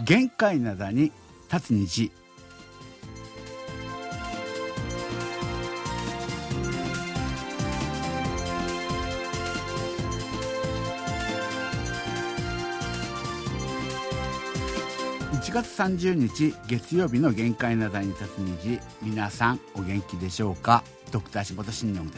限界灘に立つ虹。1月30日月曜日の限界灘に立つ虹、皆さんお元気でしょうか。ドクター柴田信之です。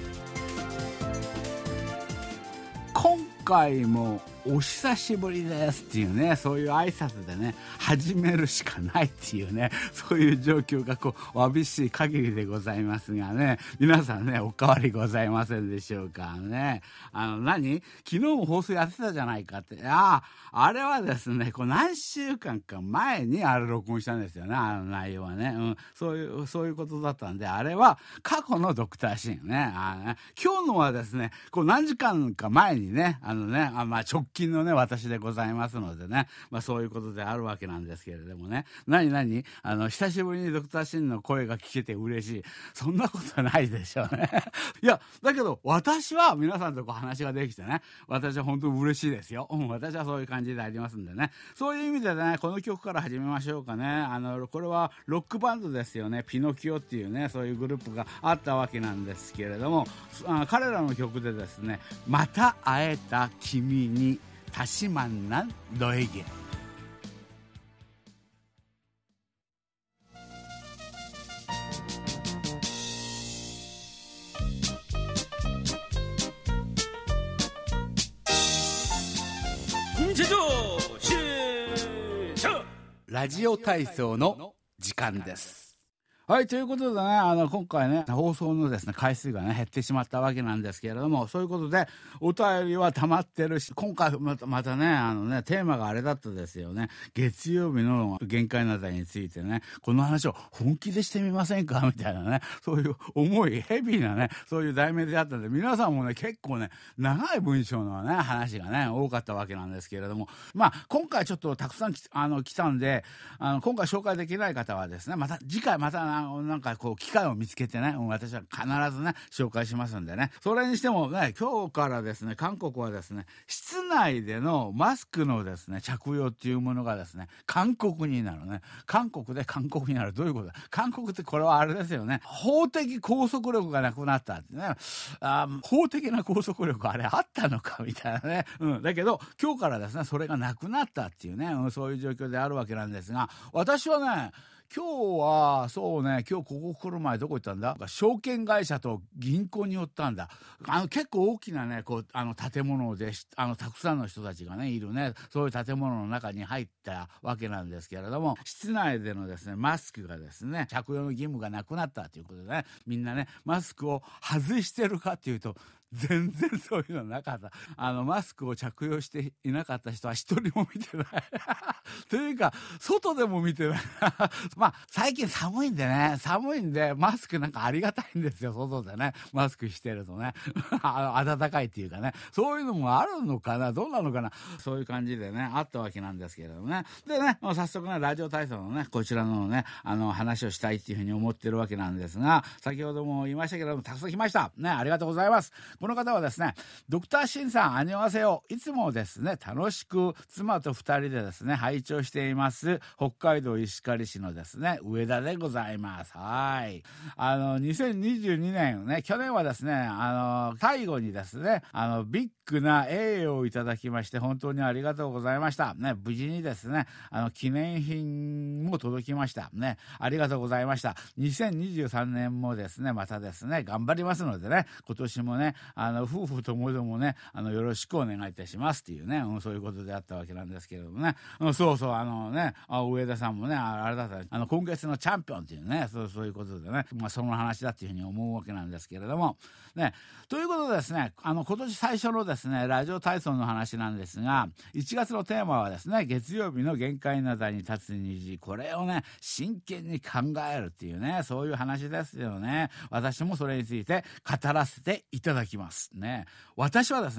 今回もお久しぶりですっていうね、そういう挨拶でね始めるしかないっていうね、そういう状況がわびしい限りでございますがね、皆さんねお変わりございませんでしょうかね。昨日も放送やってたじゃないかって。あれはですね、何週間か前にあれ録音したんですよね、あの内容はね、そういうことだったんで、あれは過去のドクターシーンね。今日のはですね、何時間か前にね、直近のね私でございますのでね、そういうことであるわけなんですけれどもね。久しぶりにドクターシンの声が聞けて嬉しい、そんなことないでしょうねいやだけど私は皆さんと話ができてね、私は本当に嬉しいですよ、私はそういう感じでありますんでね。そういう意味でね、この曲から始めましょうかね。これはロックバンドですよね。ピノキオっていうね、そういうグループがあったわけなんですけれども、彼らの曲でですね、また会えた君に다시 만난 너에게。ラジオ体操の時間です。はい、ということでね、今回ね、放送のですね、回数がね、減ってしまったわけなんですけれども、そういうことで、お便りは溜まってるし、今回またね、テーマがあれだったですよね。月曜日の限界灘についてね、この話を本気でしてみませんかみたいなね、そういう重い、ヘビーなね、そういう題名であったんで、皆さんもね、結構ね、長い文章のね、話がね、多かったわけなんですけれども、今回ちょっとたくさん来たんで、今回紹介できない方はですね、次回機会を見つけてね、私は必ずね紹介しますんでね。それにしてもね、今日からですね、韓国はですね、室内でのマスクのですね着用っていうものがですね、勧告になるね。韓国で勧告になる。どういうことだ。韓国ってこれはあれですよね、法的拘束力がなくなったってね。法的な拘束力あれあったのかみたいなね。だけど今日からですね、それがなくなったっていうね、そういう状況であるわけなんですが、私はね、今日ここ来る前どこ行ったんだ。証券会社と銀行に寄ったんだ。結構大きなね建物でたくさんの人たちがねいるね、そういう建物の中に入ったわけなんですけれども、室内でのですねマスクがですね着用の義務がなくなったということでね、みんなねマスクを外してるかっていうと全然そういうのなかった。マスクを着用していなかった人は一人も見てないというか外でも見てない最近寒いんでマスクありがたいんですよ。外でねマスクしてるとね暖かいっていうかね、そういうのもあるのかな、どうなのかな、そういう感じでねあったわけなんですけれどもね。でね、早速ねラジオ体操のねこちらのね話をしたいっていうふうに思ってるわけなんですが、先ほども言いましたけれども、たくさん来ましたね。ありがとうございます。この方はですね、ドクターシンさん、アニョハセヨ。いつもですね楽しく妻と2人でですね拝聴しています北海道石狩市のですね上田でございます。はい、2022年ね、去年はですね最後にですねビッグな栄誉をいただきまして本当にありがとうございましたね。無事にですね記念品も届きましたね。ありがとうございました。2023年もですねまたですね頑張りますのでね、今年もね夫婦ともどもねよろしくお願いいたしますっていうね、そういうことであったわけなんですけれどもね、上田さんもねあれだった今月のチャンピオンっていうね、そういうことでね、その話だっていうふうに思うわけなんですけれどもね。ということでですね、今年最初のですねラジオ体操の話なんですが、1月のテーマはですね、月曜日の限界灘に立つ虹。これをね真剣に考えるっていうね、そういう話ですよね。私もそれについて語らせていただきますね。私はですね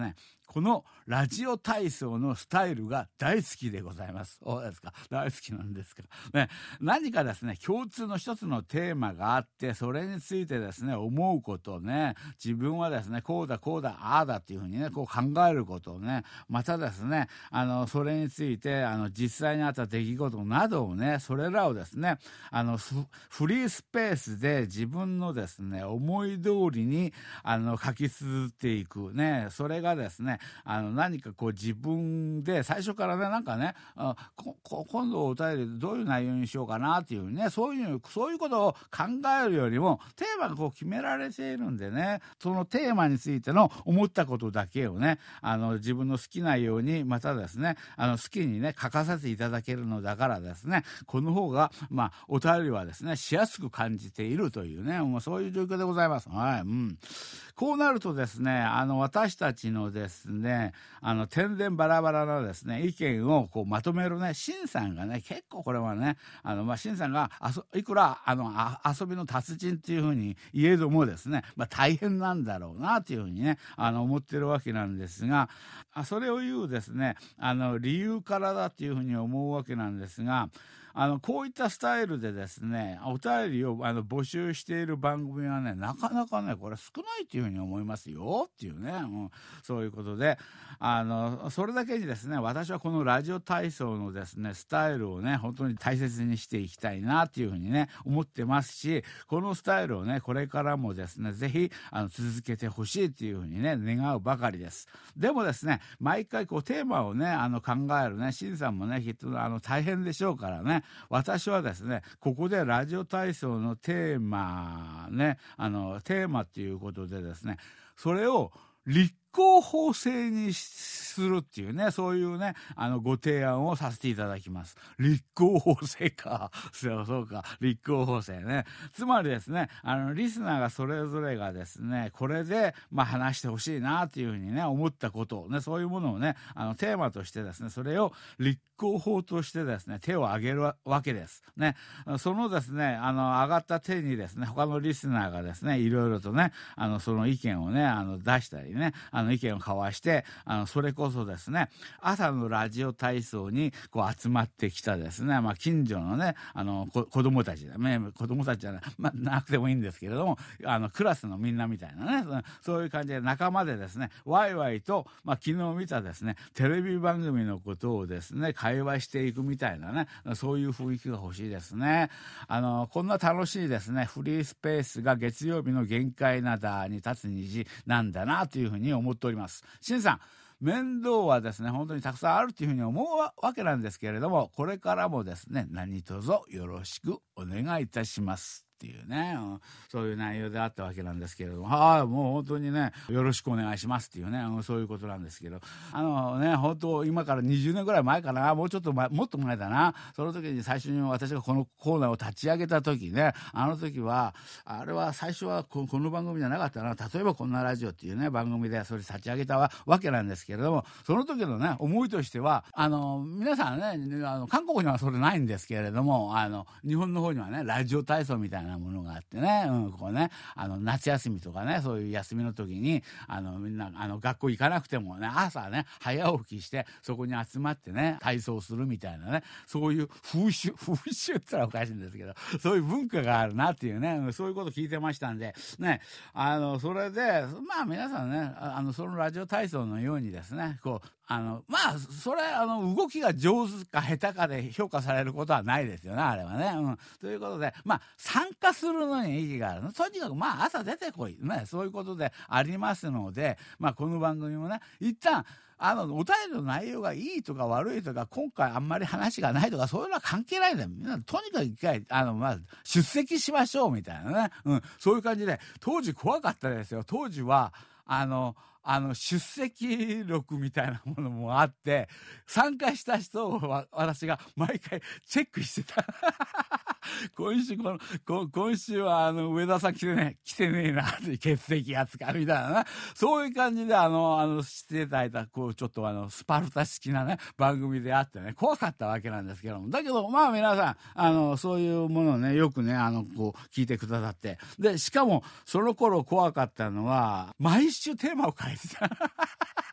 このラジオ体操のスタイルが大好きでございます。そうですか。大好きなんですか。ね、何かですね、共通の一つのテーマがあって、それについてですね、思うことをね、自分はですね、こうだ、ああだっていうふうにね、こう考えることをね、またですね、それについて、実際にあった出来事などをね、それらをですね、フリースペースで自分のですね、思い通りに、書き綴っていくね、それがですね、何かこう自分で最初からね、なんかね、今度お便りどういう内容にしようかなっていうね、そういうことを考えるよりもテーマがこう決められているんでね、そのテーマについての思ったことだけをね、自分の好きなように、またですね、好きにね書かせていただけるのだからですね、この方がお便りはですねしやすく感じているというね、もうそういう状況でございます。はい、こうなるとですね、私たちのですね、天然バラバラなですね、意見をこうまとめるね、シンさんがね、結構これはね、シンさんがいくら遊びの達人っていうふうに言えどもですね、大変なんだろうなっていうふうにね、思ってるわけなんですが、それを言うですね、理由からだっていうふうに思うわけなんですが、こういったスタイルでですね、お便りを募集している番組はね、なかなかね、これ少ないっていうふうに思いますよっていうね、そういうことで、それだけにですね、私はこのラジオ体操のですね、スタイルをね、本当に大切にしていきたいなっていうふうにね、思ってますし、このスタイルをね、これからもですね、ぜひ続けてほしいっていうふうにね、願うばかりです。でもですね、毎回こうテーマをね、考えるね、シンさんもね、きっと大変でしょうからね、私はですね、ここでラジオ体操のテーマね、テーマっていうことでですね、それを立候補制にするっていうね、そういうね、ご提案をさせていただきます。立候補制か。そうか、立候補制ね。つまりですね、リスナーがそれぞれがですね、これで、話してほしいなっていうふうにね、思ったことをね、そういうものをね、テーマとしてですね、それを立候補としてですね、手を挙げるわけです。ね。そのですね、上がった手にですね、他のリスナーがですね、いろいろとね、その意見をね、出したりね、意見を交わして、それこそですね、朝のラジオ体操にこう集まってきたですね、近所のね、子供たちだね、子供たちじゃない、なくてもいいんですけれども、クラスのみんなみたいなね、そういう感じで仲間でですね、ワイワイと、昨日見たですね、テレビ番組のことをですね、会話していくみたいなね、そういう雰囲気が欲しいですね。こんな楽しいですね、フリースペースが月曜日の限界なだに立つ虹なんだなというふうに思っております。しんさん、面倒はですね、本当にたくさんあるというふうに思うわけなんですけれども、これからもですね、何卒よろしくお願いいたしますっていうね、そういう内容であったわけなんですけれども、もう本当にね、よろしくお願いしますっていうね、そういうことなんですけど、本当今から20年ぐらい前かな、もうちょっと前、もっと前だな、その時に最初に私がこのコーナーを立ち上げた時ね、あの時は、あれは最初はこの番組じゃなかったな、例えばこんなラジオっていうね、番組でそれ立ち上げたわけなんですけれども、その時のね、思いとしては、皆さんね、韓国にはそれないんですけれども、日本の方にはね、ラジオ体操みたいなものがあってね、こうね、夏休みとかね、そういう休みの時にみんな学校行かなくてもね、朝ね早起きしてそこに集まってね体操するみたいなね、そういう風習って言ったらおかしいんですけど、そういう文化があるなっていうね、そういうこと聞いてましたんでね、それで皆さんね、そのラジオ体操のようにですね、こうそれ動きが上手か下手かで評価されることはないですよね、あれはね。ということで、参加するのに意義がある。とにかく朝出てこい、ね、そういうことでありますので、この番組もね、一旦お便りの内容がいいとか悪いとか、今回あんまり話がないとか、そういうのは関係ないんだよ。みんなとにかく一回出席しましょうみたいなね、そういう感じで、当時怖かったですよ。当時は出席録みたいなものもあって、参加した人を私が毎回チェックしてた。今週は上田さん来てねえなって、欠席扱いみたいなね、そういう感じでしていただいた、ちょっとスパルタ式なね番組であってね、怖かったわけなんですけども、だけど皆さんそういうものをねよくね聞いてくださって、でしかもその頃怖かったのは毎週テーマを変えてた。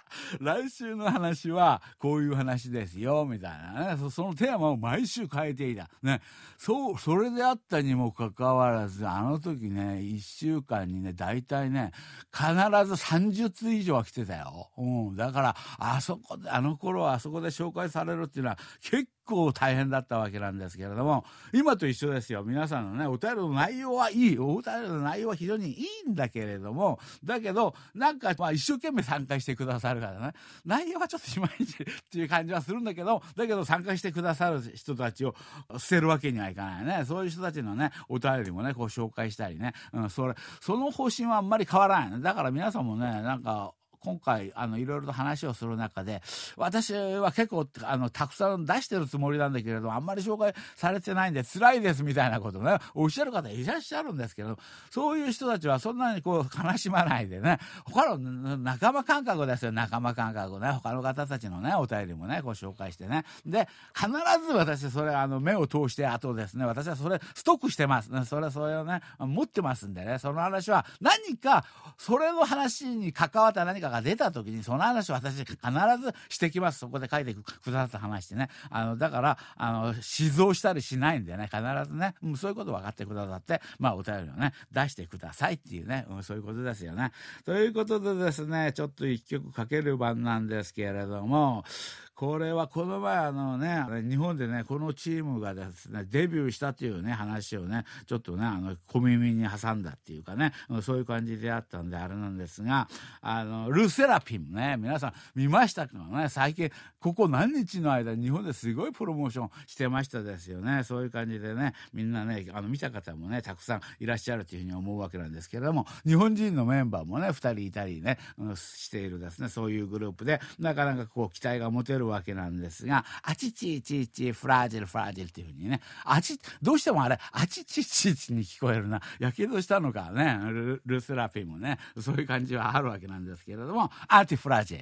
来週の話はこういう話ですよみたいなね、そのテーマを毎週変えていたね。それであったにもかかわらず、あの時ね1週間にね大体ね必ず30通以上は来てたよ。だからあの頃はあそこで紹介されるっていうのは結構大変だったわけなんですけれども、今と一緒ですよ。皆さんのねお便りの内容はいい、お便りの内容は非常にいいんだけれども、だけどなんか一生懸命参加してくださるからね、内容はちょっといまいちっていう感じはするんだけど、参加してくださる人たちを捨てるわけにはいかないね。そういう人たちのねお便りもねこう紹介したりね、その方針はあんまり変わらないね。だから皆さんもねなんか今回いろいろと話をする中で、私は結構たくさん出してるつもりなんだけれどあんまり紹介されてないんで辛いですみたいなことねおっしゃる方いらっしゃるんですけど、そういう人たちはそんなにこう悲しまないでね、他の仲間感覚ですよ。仲間感覚ね、他の方たちのねお便りもねこう紹介してね、で必ず私それ目を通して後ですね、私はそれストックしてますね。それをね持ってますんでね、その話は何かそれの話に関わった何かが出た時にその話を私必ずしてきます。そこで書いてくださった話でね、だから死蔵したりしないんでね、必ずね、そういうこと分かってくださって、お便りをね出してくださいっていうね、そういうことですよね。ということでですね、ちょっと一曲かける番なんですけれども、これはこの前日本でねこのチームがですねデビューしたというね話をねちょっとね小耳に挟んだっていうかね、そういう感じであったんであれなんですが、ルセラピムね、皆さん見ましたかね。最近ここ何日の間日本ですごいプロモーションしてましたですよね。そういう感じでねみんなね見た方もねたくさんいらっしゃるというふうに思うわけなんですけれども、日本人のメンバーもね2人いたりね、しているですね、そういうグループでなかなかこう期待が持てるわけなんですが、あちちちちフラジルっていうふうにね、どうしてもあちちちちに聞こえるな、やけどしたのかね、ルセラピムね、そういう感じはあるわけなんですけれども、アンティフラジル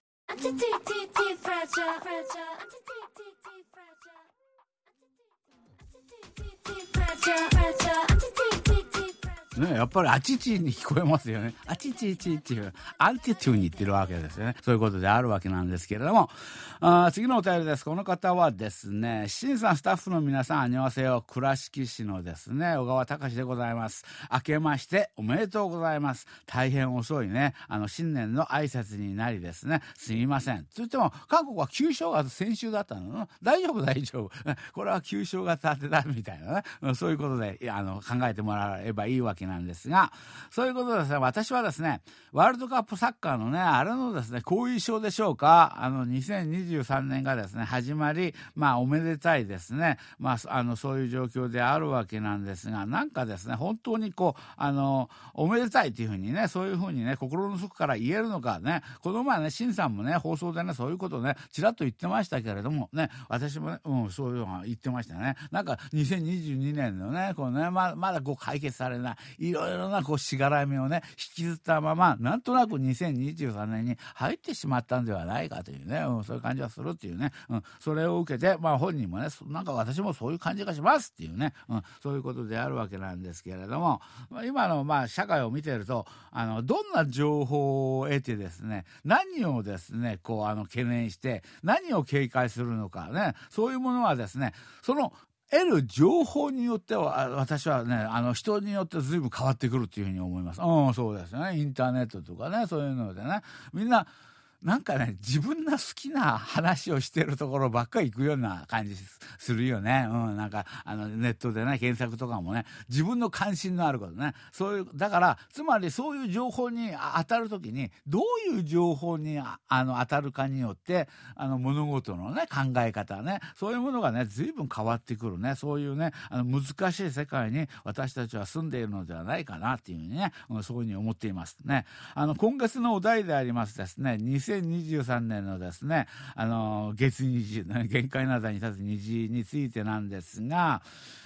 ね、やっぱりあちちに聞こえますよね。あちちちちアンティトゥに言ってるわけですよね。そういうことであるわけなんですけれども、次のお便りです。この方はですね、シンさんスタッフの皆さん、あにわせよ、倉敷市のですね小川隆でございます。明けましておめでとうございます。大変遅いね新年の挨拶になりですね、すみません。といっても韓国は旧正月先週だったの。大丈夫これは旧正月当てだみたいなね、そういうことで考えてもらえばいいわけなんですが、そういうことですね。私はですねワールドカップサッカーのねあれのですね後遺症でしょうか、2023年がですね始まり、おめでたいですね、そういう状況であるわけなんですが、なんかですね本当にこうおめでたいっていうふうにね、そういうふうにね心の底から言えるのかね。この前ねシンさんもね放送でねそういうことをねちらっと言ってましたけれどもね、私もね、そういうのは言ってましたね。なんか2022年のねこうねまだこう解決されないいろいろなこうしがらみをね引きずったままなんとなく2023年に入ってしまったんではないかというね、そういう感じがするっていうね、それを受けて本人もねなんか私もそういう感じがしますっていうね、そういうことであるわけなんですけれども、今の社会を見ているとどんな情報を得てですね何をですねこう懸念して何を警戒するのかね、そういうものはですねその得る情報によっては私はね人によって随分変わってくるっていうふうに思います。そうですね。インターネットとかねそういうのでね、みんななんかね自分の好きな話をしてるところばっかり行くような感じするよね。なんかネットでね検索とかもね自分の関心のあることね、そういうだからつまりそういう情報に当たるときにどういう情報に当たるかによって物事のね考え方ね、そういうものがね随分変わってくるね、そういうね難しい世界に私たちは住んでいるのではないかなっていうふうにね、そういうふうに思っていますね。今月のお題でありますですね2023年のですね月虹、限界などに立つ虹についてなんですが、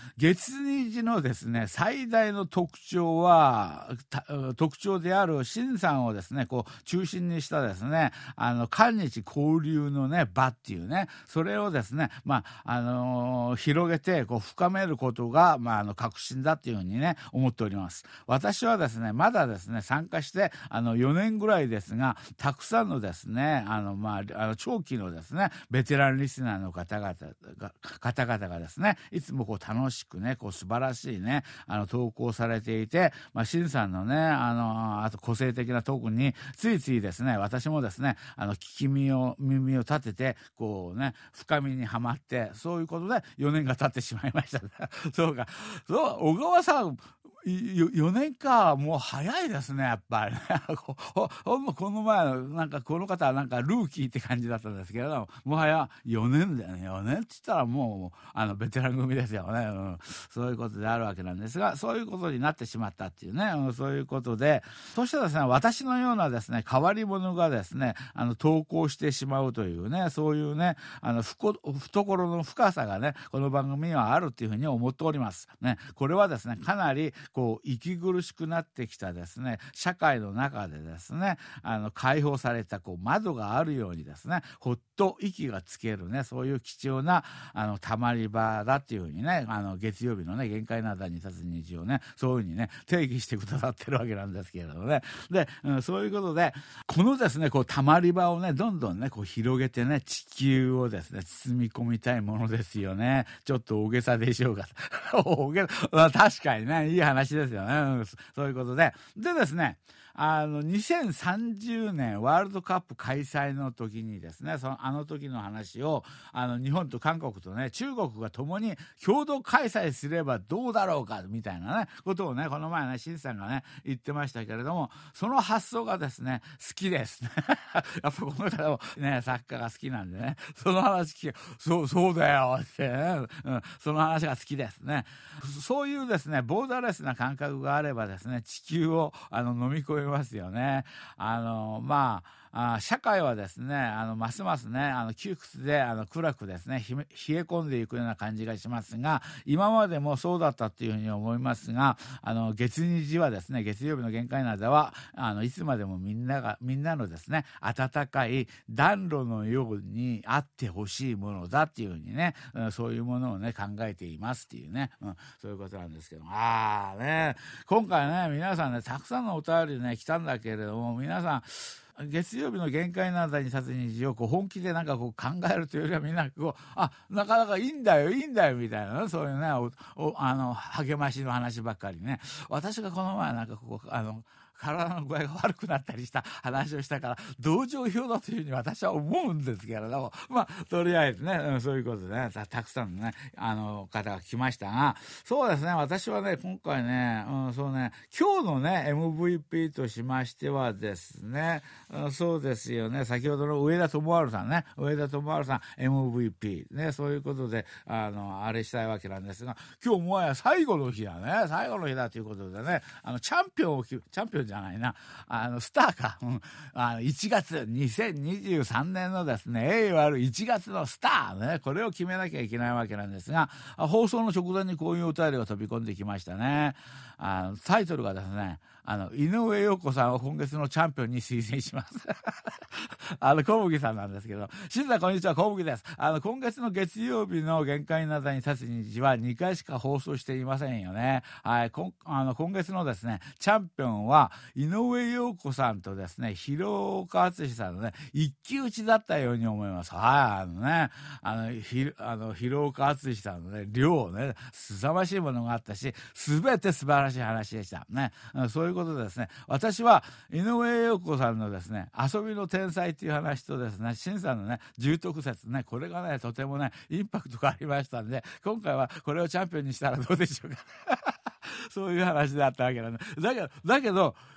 月虹のですね、最大の特徴は、特徴である新さんをですね、こう、中心にしたですね、韓日交流のね、場っていうね、それをですね、広げて、こう、深めることが、確信だっていうふうにね、思っております。私はですね、まだですね、参加して、4年ぐらいですが、たくさんのですね、長期のですね、ベテランリスナーの方々がですね、いつもこう楽しくね、こう素晴らしいね、投稿されていて、新さんのね、あと個性的なトークについついですね、私もですね、耳を立てて、こうね、深みにはまって、そういうことで4年が経ってしまいました。そうか。そう、小川さん、4年か、もう早いですね、やっぱりね。ほんまこの前の、なんかこの方はなんかルーキーって感じだったんですけれども、もはや4年だよね。4年って言ったらもう、ベテラン組ですよね。そういうことであるわけなんですが、そういうことになってしまったっていうね、そういうことで、そしてですね、私のようなですね、変わり者がですね、投稿してしまうというね、そういうね、懐の深さがね、この番組にはあるっていうふうに思っております。ね、これはですね、かなり、こう息苦しくなってきたですね、社会の中でですね、開放されたこう窓があるようにですね、ほっと息がつけるね、そういう貴重なたまり場だっていうふうにね、月曜日のね、限界なだに立つ虹をね、そういうふうにね、定義してくださってるわけなんですけれどもね。で、そういうことで、このですね、こうたまり場をね、どんどんね、こう広げてね、地球をですね、包み込みたいものですよね。ちょっと大げさでしょうか。確かにね、いい話ですよね。そういうことで。でですね、2030年ワールドカップ開催の時にですね、あの時の話を、日本と韓国とね、中国が共に共同開催すればどうだろうか、みたいなね、ことをね、この前ね、新さんがね、言ってましたけれども、その発想がですね、好きです。やっぱこの方もね、作家が好きなんでね、その話聞け、そうだよってね、その話が好きですね。そういうですね、ボーダーレスな感覚があればですね、地球を飲み込みますよね。社会はですね、ますますね、窮屈で暗くですね、冷え込んでいくような感じがしますが、今までもそうだったというふうに思いますが、月虹はですね、月曜日の限界などはいつまでもみんなのですね、温かい暖炉のようにあってほしいものだっていうふうにね、そういうものをね、考えていますっていうね、そういうことなんですけど、今回ね、皆さんね、たくさんのお便りね、来たんだけれども、皆さん、月曜日の限界などに立つ虹をこう本気でなんかこう考えるというよりは、みんなこうなかなかいいんだよみたいな、ね、そういうね励ましの話ばっかりね。私がこの前なんかこう体の具合が悪くなったりした話をしたから同情票だというふうに私は思うんですけれども、とりあえずね、そういうことでね、たくさんのね方が来ましたが、そうですね、私はね今回ね、そうね、今日のね MVP としましてはですね、そうですよね、先ほどの上田智春さん MVP ね、そういうことであれしたいわけなんですが、今日もはや最後の日だということでね、チャンピオンじゃないな、スターか、1月2023年のですね、栄誉ある1月のスターね、これを決めなきゃいけないわけなんですが、放送の直前にこういうお便りが飛び込んできましたね。タイトルがですね、井上陽子さんを今月のチャンピオンに推薦します小麦さんなんですけど、新さんこんにちは、小麦です。今月の月曜日の限界などに立つ日は2回しか放送していませんよね。はい、今月のですねチャンピオンは井上陽子さんとですね広岡敦さんのね一騎打ちだったように思います。広岡敦さんのね量ね、凄ましいものがあったし、全て素晴らしい話でしたね。そういうことでですね、私は井上陽子さんのですね遊びの天才っていう話とですね、新さんのね重篤説ね、これがねとてもねインパクトがありましたんで、今回はこれをチャンピオンにしたらどうでしょうかそういう話だったわけなんで、だけど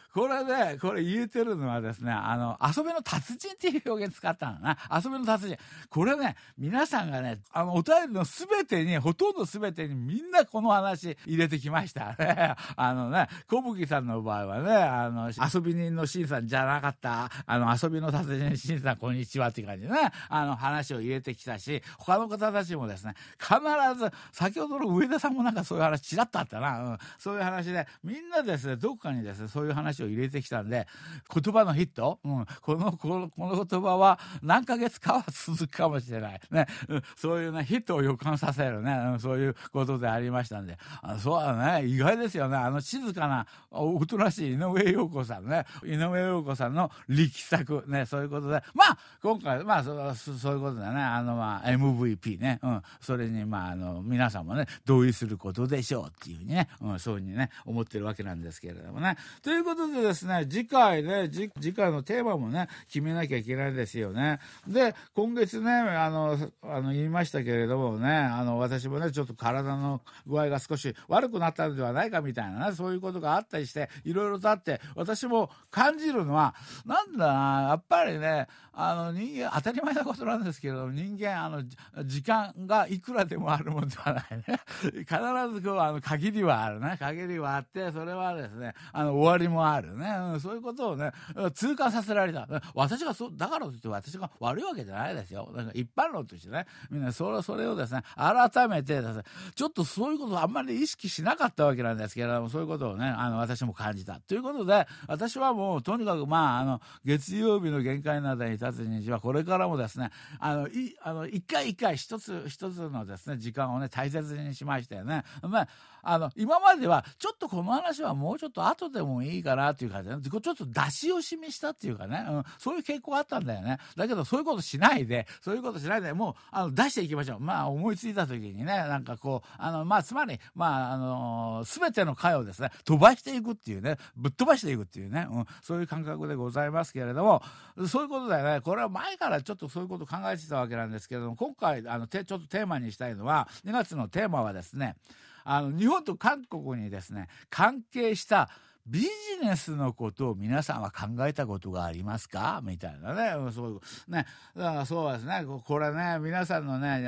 これで、これ言えてるのはですね、遊びの達人っていう表現使ったのな。遊びの達人。これね、皆さんがね、お便りのすべてに、ほとんどすべてにみんなこの話入れてきましたね。小吹さんの場合はね、遊び人のシンさんじゃなかった、遊びの達人シンさんこんにちはっていう感じでね、話を入れてきたし、他の方たちもですね、必ず、先ほどの上田さんもなんかそういう話ちらっとあったな、そういう話で、みんなですね、どっかにですね、そういう話を入れてきたんで、言葉のヒット、この言葉は何ヶ月かは続くかもしれない。ね、そういうね、ヒットを予感させるね、そういうことでありましたんで、そうだね、意外ですよね、静かな、おとなしい井上陽子さんね、井上陽子さんの力作、ね、そういうことで、まあ、今回、まあ、そういうことでね、MVP ね、それに、まあ、皆さんもね、同意することでしょうっていうふうにね、そういうふうにね、思ってるわけなんですけれどもね。ということでですね、次回のテーマもね、決めなきゃいけないですよね。で、今月ね、言いましたけれどもね、私もね、ちょっと体の具合が少し悪くなったのではないかみたいなね、そういうことがあったりして、いろいろとあって、私も感じるのは、なんだな、やっぱりね、人間、当たり前なことなんですけど、人間、時間がいくらでもあるもんではないね。必ずこう、限りはあるね。限りはあって、それはですね、終わりもあるね。そういうことをね、痛感させられた。私がだからといって私が悪いわけじゃないですよ。一般論としてね、みんなそれをですね、改めてですね、ちょっとそういうことをあんまり意識しなかったわけなんですけれども、そういうことをね、私も感じた。ということで、私はもう、とにかく、月曜日の限界などに立つ日は、これからもですね、一回一つのですね、時間をね、大切にしましてね、今までは、ちょっとこの話はもうちょっと後でもいいかなっていう感じで、ね、ちょっと出し惜しみしたっていうかね、そういう傾向あったんだよね。だけど、そういうことしないで、もう、出していきましょう。思いついた時にね、なんかこう、つまり、すべての回をですね、飛ばしていくっていうね、ぶっ飛ばしていくっていうね、そういう感覚でございますけれども、そういうことだよね。これは前からちょっとそういうことを考えてたわけなんですけれども、今回、ちょっとテーマにしたいのは、2月のテーマはですね、日本と韓国にですね、関係したビジネスのことを皆さんは考えたことがありますかみたいなね、そういうね、だからそうですね、これね、皆さんのね、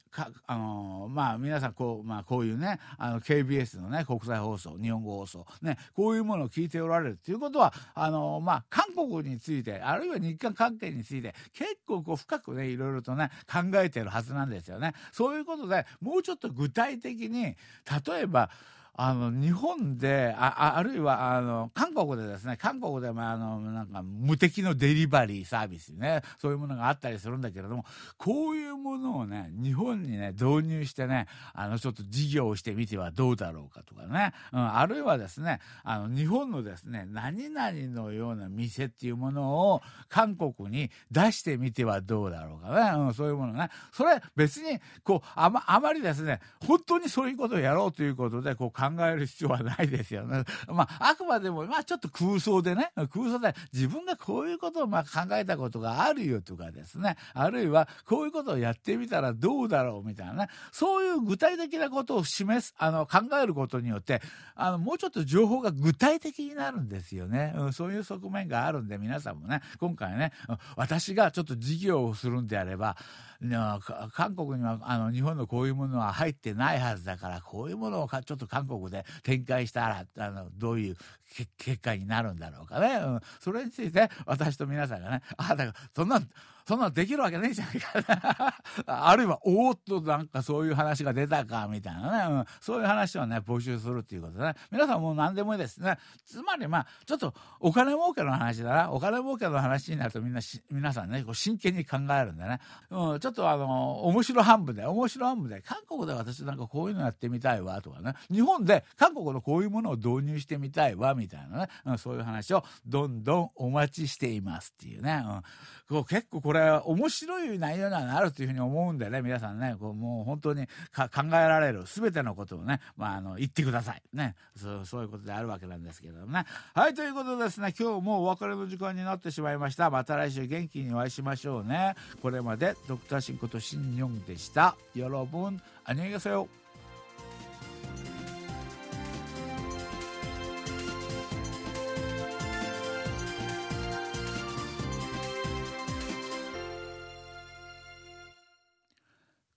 皆さんこういうね、KBS のね、国際放送、日本語放送ね、こういうものを聞いておられるっていうことは、韓国について、あるいは日韓関係について結構こう深くね、いろいろとね、考えてるはずなんですよね。そういうことでもうちょっと具体的に、例えば日本であるいは韓国でですね、韓国でもなんか無敵のデリバリーサービスね、そういうものがあったりするんだけれども、こういうものをね、日本にね導入してね、ちょっと事業をしてみてはどうだろうかとかね、あるいはですね、日本のですね、何々のような店っていうものを韓国に出してみてはどうだろうかね、そういうものね、それ別にこうあまりですね、本当にそういうことをやろうということでこう考える必要はないですよね。あくまでもちょっと空想で自分がこういうことを考えたことがあるよとかですね、あるいはこういうことをやってみたらどうだろうみたいなね、そういう具体的なことを考えることによってもうちょっと情報が具体的になるんですよね。そういう側面があるんで、皆さんもね、今回ね、私がちょっと事業をするんであれば、韓国には日本のこういうものは入ってないはずだから、こういうものをちょっと韓国で展開したらどういう結果になるんだろうかね、それについて私と皆さんがね、だからそんなできるわけないじゃないかあるいはおーっとなんかそういう話が出たかみたいなね、そういう話をね募集するっていうことでね、皆さんもう何でもいいですね。つまりちょっとお金儲けの話だな、お金儲けの話になると皆さんねこう真剣に考えるんでね、ちょっと面白半分で韓国で私なんかこういうのやってみたいわとかね、日本で韓国のこういうものを導入してみたいわみたいなね、そういう話をどんどんお待ちしていますっていうね、結構これ面白い内容にはなるというふうに思うんでね、皆さんねもう本当に考えられる全てのことをね、言ってくださいね、そういうことであるわけなんですけどね。はい、ということでですね、今日もうお別れの時間になってしまいました。また来週元気にお会いしましょうね。これまでドクターシンことシンニョンでした。여러분 안녕히 계세요.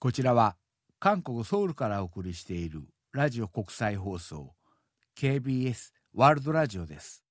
こちらは韓国ソウルからお送りしているラジオ国際放送 KBS ワールドラジオです。